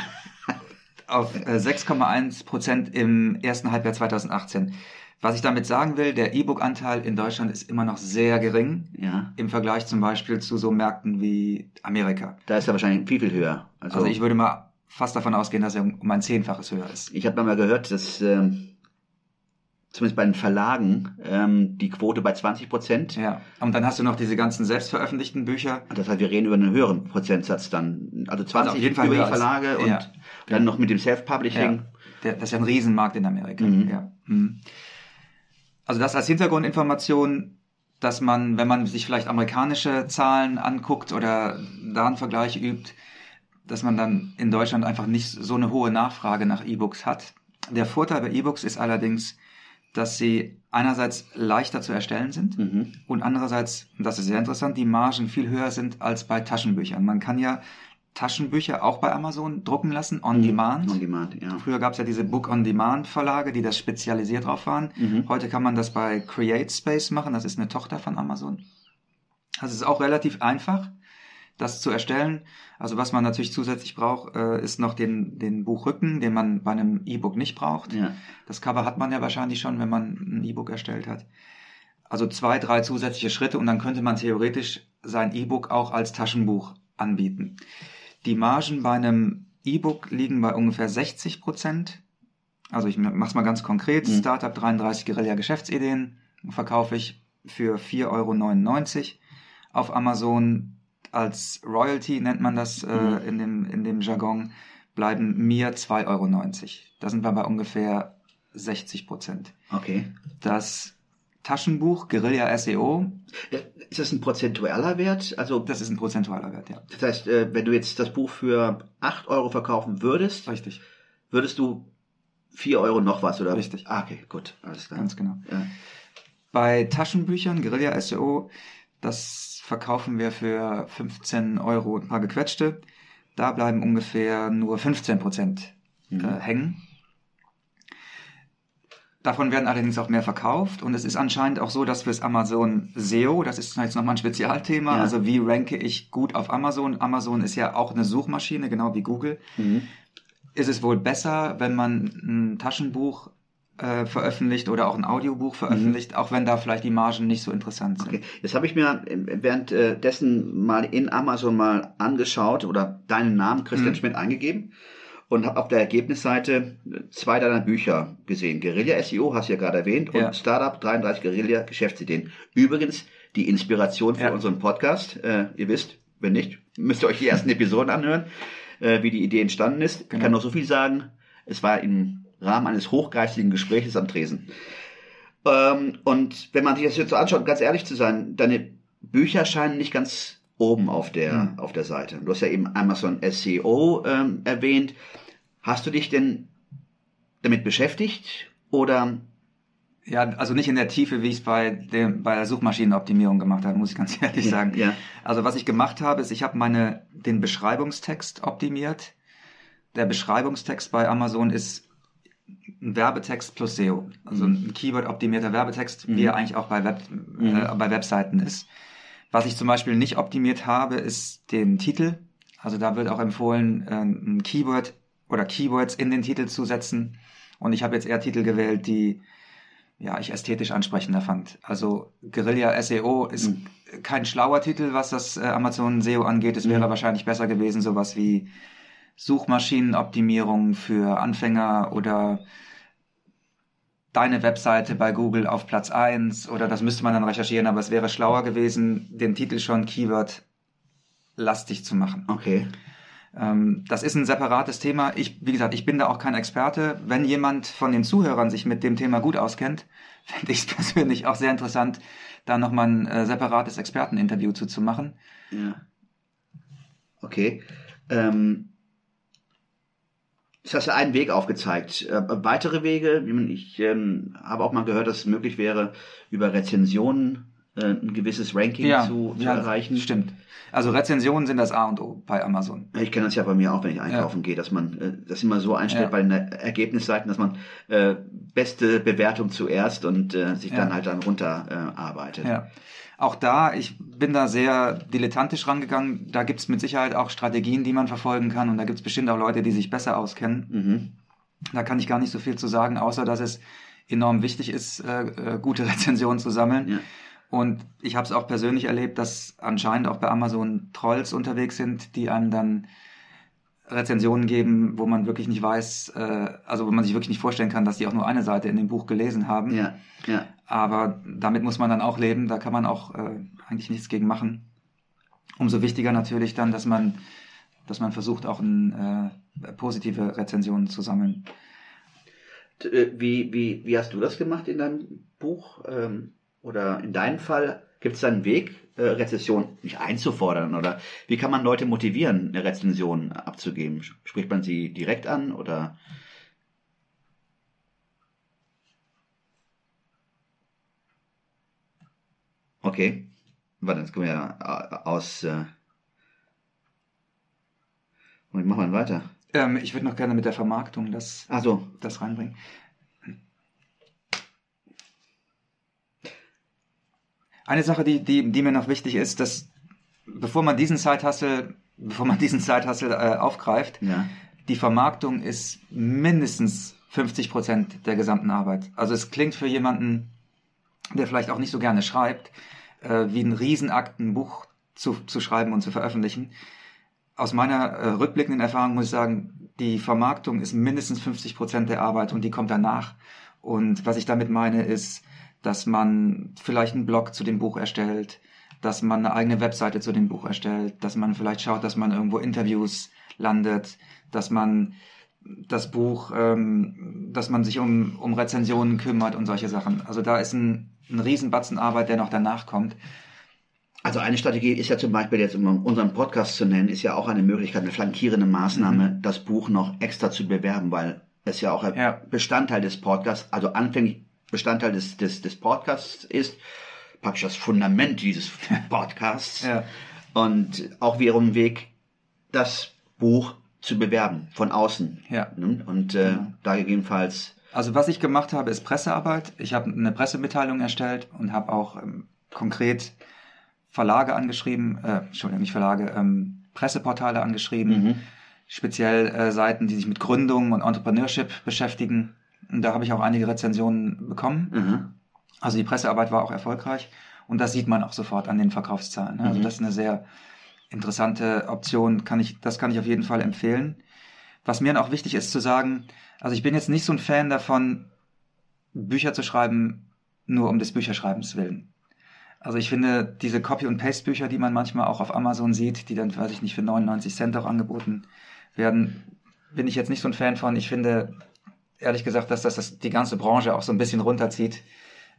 S4: Auf sechs Komma eins Prozent im ersten Halbjahr zweitausendachtzehn. Was ich damit sagen will, der E-Book-Anteil in Deutschland ist immer noch sehr gering. Ja. Im Vergleich zum Beispiel zu so Märkten wie Amerika.
S1: Da ist er wahrscheinlich viel, viel höher.
S4: Also, also ich würde mal fast davon ausgehen, dass er um ein Zehnfaches höher ist.
S1: Ich habe mal gehört, dass... Ähm zumindest bei den Verlagen, ähm, die Quote bei zwanzig Prozent.
S4: Ja, und dann hast du noch diese ganzen selbstveröffentlichten Bücher.
S1: Das heißt, wir reden über einen höheren Prozentsatz dann. Also zwanzig also auf jeden Fall über die Verlage als, und ja. dann noch mit dem Self-Publishing.
S4: Ja. Der, das ist ja ein Riesenmarkt in Amerika. Mhm. Ja. Mhm. Also das als Hintergrundinformation, dass man, wenn man sich vielleicht amerikanische Zahlen anguckt oder da einen Vergleich übt, dass man dann in Deutschland einfach nicht so eine hohe Nachfrage nach E-Books hat. Der Vorteil bei E-Books ist allerdings, dass sie einerseits leichter zu erstellen sind mhm. und andererseits, und das ist sehr interessant, die Margen viel höher sind als bei Taschenbüchern. Man kann ja Taschenbücher auch bei Amazon drucken lassen, on demand.
S1: On demand, ja.
S4: Früher gab es ja diese Book-on-Demand-Verlage, die das spezialisiert drauf waren. Mhm. Heute kann man das bei CreateSpace machen, das ist eine Tochter von Amazon. Das ist auch relativ einfach, das zu erstellen. Also was man natürlich zusätzlich braucht, äh, ist noch den, den Buchrücken, den man bei einem E-Book nicht braucht. Ja. Das Cover hat man ja wahrscheinlich schon, wenn man ein E-Book erstellt hat. Also zwei, drei zusätzliche Schritte und dann könnte man theoretisch sein E-Book auch als Taschenbuch anbieten. Die Margen bei einem E-Book liegen bei ungefähr sechzig Prozent. Also ich mach's mal ganz konkret. Mhm. Startup dreiunddreißig Guerilla Geschäftsideen verkaufe ich für vier Euro neunundneunzig auf Amazon. Als Royalty nennt man das äh, mhm. in dem in dem Jargon, bleiben mir zwei Euro neunzig. Da sind wir bei ungefähr sechzig Prozent.
S1: Okay.
S4: Das Taschenbuch Guerilla S E O.
S1: Ist das ein prozentualer Wert? Also
S4: das ist ein prozentualer Wert, ja.
S1: Das heißt, wenn du jetzt das Buch für acht Euro verkaufen würdest,
S4: richtig,
S1: würdest du vier Euro noch was, oder?
S4: Richtig.
S1: Ah, okay, gut, alles klar.
S4: Ganz genau.
S1: Ja.
S4: Bei Taschenbüchern Guerilla S E O, das verkaufen wir für fünfzehn Euro ein paar gequetschte. Da bleiben ungefähr nur fünfzehn Prozent äh, mhm. hängen. Davon werden allerdings auch mehr verkauft. Und es ist anscheinend auch so, dass fürs Amazon S E O, das ist jetzt nochmal ein Spezialthema, ja. also wie ranke ich gut auf Amazon? Amazon ist ja auch eine Suchmaschine, genau wie Google. Mhm. Ist es wohl besser, wenn man ein Taschenbuch Äh, veröffentlicht oder auch ein Audiobuch veröffentlicht, mhm. auch wenn da vielleicht die Margen nicht so interessant sind.
S1: Okay. Jetzt habe ich mir währenddessen mal in Amazon mal angeschaut oder deinen Namen Christian mhm. Schmidt eingegeben und habe auf der Ergebnisseite zwei deiner Bücher gesehen. Guerilla S E O hast du ja gerade erwähnt und ja. Startup dreiunddreißig Guerilla Geschäftsideen. Übrigens die Inspiration für ja. unseren Podcast. Äh, ihr wisst, wenn nicht, müsst ihr euch die ersten Episoden anhören, äh, wie die Idee entstanden ist. Genau. Ich kann noch so viel sagen. Es war im Rahmen eines hochgeistigen Gespräches am Tresen. Ähm, und wenn man sich das jetzt so anschaut, ganz ehrlich zu sein, deine Bücher scheinen nicht ganz oben auf der, mhm. auf der Seite. Du hast ja eben Amazon S E O ähm, erwähnt. Hast du dich denn damit beschäftigt oder?
S4: Ja, also nicht in der Tiefe, wie ich es bei dem, bei der Suchmaschinenoptimierung gemacht habe, muss ich ganz ehrlich
S1: ja,
S4: sagen.
S1: Ja.
S4: Also was ich gemacht habe, ist, ich habe meine, den Beschreibungstext optimiert. Der Beschreibungstext bei Amazon ist ein Werbetext plus S E O. Also mhm. ein Keyword-optimierter Werbetext, mhm. wie er eigentlich auch bei, Web, mhm. äh, bei Webseiten ist. Was ich zum Beispiel nicht optimiert habe, ist den Titel. Also da wird auch empfohlen, ein Keyword oder Keywords in den Titel zu setzen. Und ich habe jetzt eher Titel gewählt, die ja ich ästhetisch ansprechender fand. Also Guerilla S E O ist mhm. kein schlauer Titel, was das Amazon S E O angeht. Es wäre mhm. wahrscheinlich besser gewesen, sowas wie Suchmaschinenoptimierung für Anfänger oder deine Webseite bei Google auf Platz eins oder das müsste man dann recherchieren, aber es wäre schlauer gewesen, den Titel schon Keyword-lastig zu machen.
S1: Okay.
S4: Ähm, das ist ein separates Thema. Ich, wie gesagt, ich bin da auch kein Experte. Wenn jemand von den Zuhörern sich mit dem Thema gut auskennt, fände ich es persönlich auch sehr interessant, da nochmal ein äh, separates Experteninterview zu, zu machen.
S1: Ja. Okay. Ähm Das hast du einen Weg aufgezeigt. Äh, weitere Wege, ich ähm, habe auch mal gehört, dass es möglich wäre, über Rezensionen äh, ein gewisses Ranking
S4: ja,
S1: zu, zu
S4: ja,
S1: erreichen.
S4: Stimmt. Also Rezensionen sind das A und O bei Amazon.
S1: Ich kenne das ja bei mir auch, wenn ich einkaufen ja. gehe, dass man äh, das immer so einstellt ja. bei den Ergebnisseiten, dass man äh, beste Bewertung zuerst und äh, sich dann ja. halt dann runter äh, arbeitet.
S4: Ja. Auch da, ich bin da sehr dilettantisch rangegangen. Da gibt es mit Sicherheit auch Strategien, die man verfolgen kann. Und da gibt es bestimmt auch Leute, die sich besser auskennen. Mhm. Da kann ich gar nicht so viel zu sagen, außer dass es enorm wichtig ist, äh, äh, gute Rezensionen zu sammeln. Ja. Und ich habe es auch persönlich erlebt, dass anscheinend auch bei Amazon Trolls unterwegs sind, die einem dann Rezensionen geben, wo man wirklich nicht weiß, äh, also wo man sich wirklich nicht vorstellen kann, dass die auch nur eine Seite in dem Buch gelesen haben.
S1: Ja, ja.
S4: Aber damit muss man dann auch leben, da kann man auch äh, eigentlich nichts gegen machen. Umso wichtiger natürlich dann, dass man, dass man versucht, auch ein, äh, positive Rezensionen zu sammeln.
S1: Wie, wie, wie hast du das gemacht in deinem Buch? Ähm, oder in deinem Fall? Gibt es da einen Weg, äh, Rezension nicht einzufordern? Oder wie kann man Leute motivieren, eine Rezension abzugeben? Spricht man sie direkt an oder? Okay. Warte, jetzt können wir ja aus. Äh Und machen wir weiter.
S4: Ähm, ich würde noch gerne mit der Vermarktung das,
S1: Ach so.
S4: das reinbringen. Eine Sache, die, die, die mir noch wichtig ist, dass bevor man diesen Side-Hustle, bevor man diesen Side-Hustle äh, aufgreift,
S1: ja.
S4: die Vermarktung ist mindestens fünfzig Prozent der gesamten Arbeit. Also es klingt für jemanden, der vielleicht auch nicht so gerne schreibt, äh, wie ein Riesenakt, ein Buch zu, zu schreiben und zu veröffentlichen. Aus meiner äh, rückblickenden Erfahrung muss ich sagen, die Vermarktung ist mindestens fünfzig Prozent der Arbeit und die kommt danach. Und was ich damit meine ist, dass man vielleicht einen Blog zu dem Buch erstellt, dass man eine eigene Webseite zu dem Buch erstellt, dass man vielleicht schaut, dass man irgendwo Interviews landet, dass man das Buch, ähm, dass man sich um, um Rezensionen kümmert und solche Sachen. Also da ist ein, ein Riesenbatzen Arbeit, der noch danach kommt.
S1: Also eine Strategie ist ja zum Beispiel jetzt, um unseren Podcast zu nennen, ist ja auch eine Möglichkeit, eine flankierende Maßnahme, mhm. das Buch noch extra zu bewerben, weil es ja auch ein ja. Bestandteil des Podcasts, also anfänglich Bestandteil des, des, des Podcasts ist, praktisch das Fundament dieses Podcasts.
S4: Ja.
S1: Und auch wiederum ein Weg, das Buch zu bewerben, von außen.
S4: Ja.
S1: Und äh, ja. da gegebenenfalls...
S4: Also was ich gemacht habe, ist Pressearbeit. Ich habe eine Pressemitteilung erstellt und habe auch ähm, konkret Verlage angeschrieben, äh, Entschuldigung, nicht Verlage, ähm, Presseportale angeschrieben, mhm. speziell äh, Seiten, die sich mit Gründung und Entrepreneurship beschäftigen. Und da habe ich auch einige Rezensionen bekommen. Mhm. Also die Pressearbeit war auch erfolgreich. Und das sieht man auch sofort an den Verkaufszahlen. Also mhm. das ist eine sehr interessante Option. Kann ich, das kann ich auf jeden Fall empfehlen. Was mir auch wichtig ist zu sagen, also ich bin jetzt nicht so ein Fan davon, Bücher zu schreiben, nur um des Bücherschreibens willen. Also ich finde, diese Copy- und Paste-Bücher, die man manchmal auch auf Amazon sieht, die dann, weiß ich nicht, für neunundneunzig Cent auch angeboten werden, bin ich jetzt nicht so ein Fan von. Ich finde... ehrlich gesagt, dass das, das die ganze Branche auch so ein bisschen runterzieht.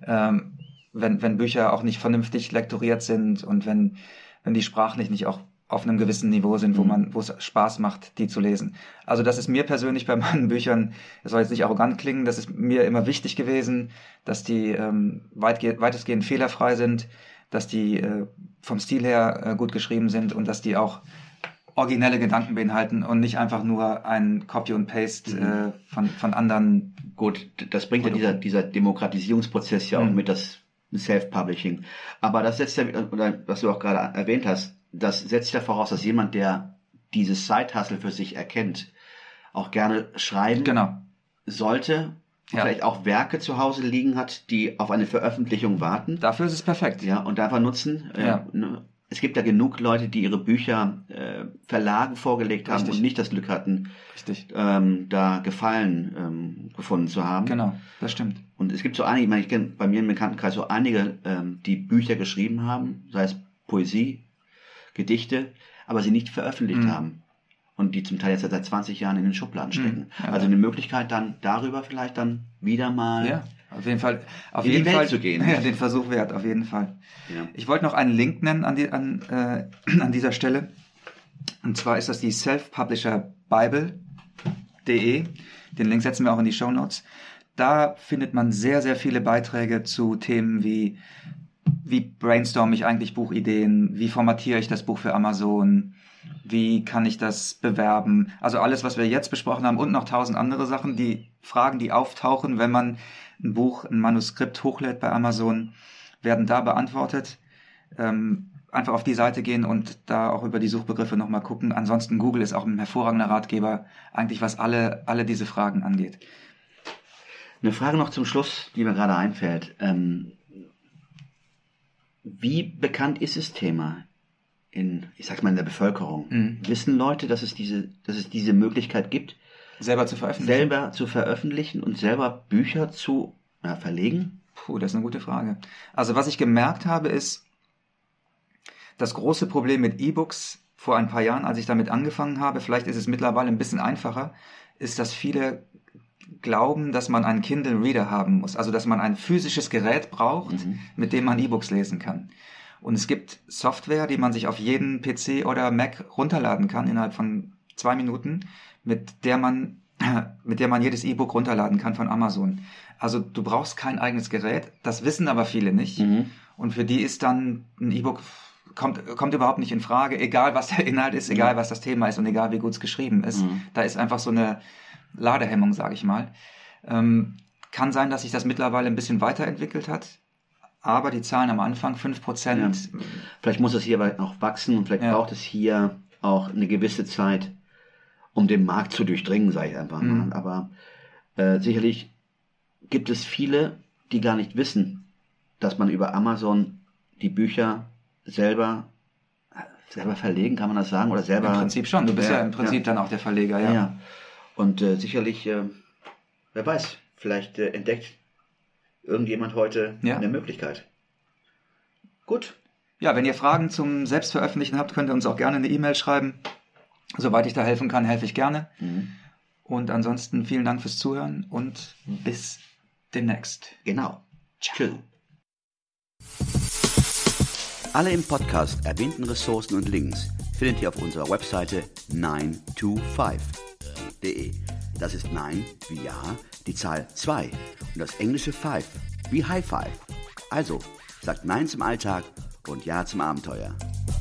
S4: ähm, wenn, wenn Bücher auch nicht vernünftig lektoriert sind und wenn, wenn die sprachlich nicht auch auf einem gewissen Niveau sind, wo man, wo es Spaß macht, die zu lesen. Also das ist mir persönlich bei meinen Büchern, das soll jetzt nicht arrogant klingen, das ist mir immer wichtig gewesen, dass die ähm, weitge- weitestgehend fehlerfrei sind, dass die äh, vom Stil her äh, gut geschrieben sind und dass die auch originelle Gedanken beinhalten und nicht einfach nur ein Copy und Paste mhm. äh, von, von anderen.
S1: Gut, das bringt ja dieser, dieser Demokratisierungsprozess ja auch mhm. mit, das Self-Publishing. Aber das setzt ja, oder was du auch gerade erwähnt hast, das setzt ja voraus, dass jemand, der dieses Side-Hustle für sich erkennt, auch gerne schreiben
S4: genau.
S1: sollte, ja. vielleicht auch Werke zu Hause liegen hat, die auf eine Veröffentlichung warten.
S4: Dafür ist es perfekt.
S1: Ja, und einfach nutzen.
S4: Ja.
S1: Äh, es gibt ja genug Leute, die ihre Bücher äh, Verlagen vorgelegt haben
S4: Richtig.
S1: und nicht das Glück hatten,
S4: Richtig.
S1: Ähm, da Gefallen ähm, gefunden zu haben.
S4: Genau, das stimmt.
S1: Und es gibt so einige, ich, meine, ich kenne bei mir im Bekanntenkreis so einige, ähm, die Bücher geschrieben haben, sei es Poesie, Gedichte, aber sie nicht veröffentlicht mhm. haben. Und die zum Teil jetzt seit zwanzig Jahren in den Schubladen stecken. Mhm. Ja, also eine Möglichkeit dann darüber vielleicht dann wieder mal
S4: ja, auf jeden Fall, auf
S1: in
S4: jeden
S1: die Welt
S4: Fall
S1: zu gehen.
S4: Ja, den Versuch wert, auf jeden Fall.
S1: Ja.
S4: Ich wollte noch einen Link nennen an, die, an, äh, an dieser Stelle. Und zwar ist das die Self-Publisher Bible punkt de. Den Link setzen wir auch in die Shownotes. Da findet man sehr, sehr viele Beiträge zu Themen wie wie brainstorme ich eigentlich Buchideen, wie formatiere ich das Buch für Amazon, wie kann ich das bewerben, also alles, was wir jetzt besprochen haben und noch tausend andere Sachen, die Fragen, die auftauchen, wenn man ein Buch, ein Manuskript hochlädt bei Amazon, werden da beantwortet. Ähm, einfach auf die Seite gehen und da auch über die Suchbegriffe nochmal gucken. Ansonsten Google ist auch ein hervorragender Ratgeber, eigentlich was alle, alle diese Fragen angeht.
S1: Eine Frage noch zum Schluss, die mir gerade einfällt. Ähm, Wie bekannt ist das Thema in, ich sag's mal, in der Bevölkerung? Mhm. Wissen Leute, dass es diese, dass es diese Möglichkeit gibt,
S4: selber zu veröffentlichen?
S1: Selber zu veröffentlichen und selber Bücher zu ja, verlegen?
S4: Puh, das ist eine gute Frage. Also was ich gemerkt habe, ist, das große Problem mit E-Books vor ein paar Jahren, als ich damit angefangen habe, vielleicht ist es mittlerweile ein bisschen einfacher, ist, dass viele glauben, dass man einen Kindle Reader haben muss, also dass man ein physisches Gerät braucht, mhm. mit dem man E-Books lesen kann. Und es gibt Software, die man sich auf jeden P C oder Mac runterladen kann innerhalb von zwei Minuten, mit der man mit der man jedes E-Book runterladen kann von Amazon. Also du brauchst kein eigenes Gerät, das wissen aber viele nicht. Mhm. Und für die ist dann ein E-Book kommt kommt überhaupt nicht in Frage, egal was der Inhalt ist, egal was das Thema ist und egal wie gut es geschrieben ist. Mhm. Da ist einfach so eine Ladehemmung, sage ich mal. Ähm, kann sein, dass sich das mittlerweile ein bisschen weiterentwickelt hat, aber die Zahlen am Anfang, fünf Prozent.
S1: Ja. Vielleicht muss es hier aber noch wachsen und vielleicht ja. braucht es hier auch eine gewisse Zeit, um den Markt zu durchdringen, sage ich einfach mal. Mhm. Aber äh, sicherlich gibt es viele, die gar nicht wissen, dass man über Amazon die Bücher selber selber verlegen, kann man das sagen? Oder selber?
S4: Im Prinzip schon, du bist ja, ja im Prinzip ja. dann auch der Verleger, ja.
S1: ja. Und äh, sicherlich, äh, wer weiß, vielleicht äh, entdeckt irgendjemand heute ja. eine Möglichkeit. Gut.
S4: Ja, wenn ihr Fragen zum Selbstveröffentlichen habt, könnt ihr uns auch gerne eine E-Mail schreiben. Soweit ich da helfen kann, helfe ich gerne. Mhm. Und ansonsten vielen Dank fürs Zuhören und bis demnächst.
S1: Genau. Tschüss.
S7: Alle im Podcast erwähnten Ressourcen und Links findet ihr auf unserer Webseite nine two five punkt de. Das ist nein wie Ja, die Zahl zwei und das englische Five wie High Five. Also, sagt Nein zum Alltag und Ja zum Abenteuer.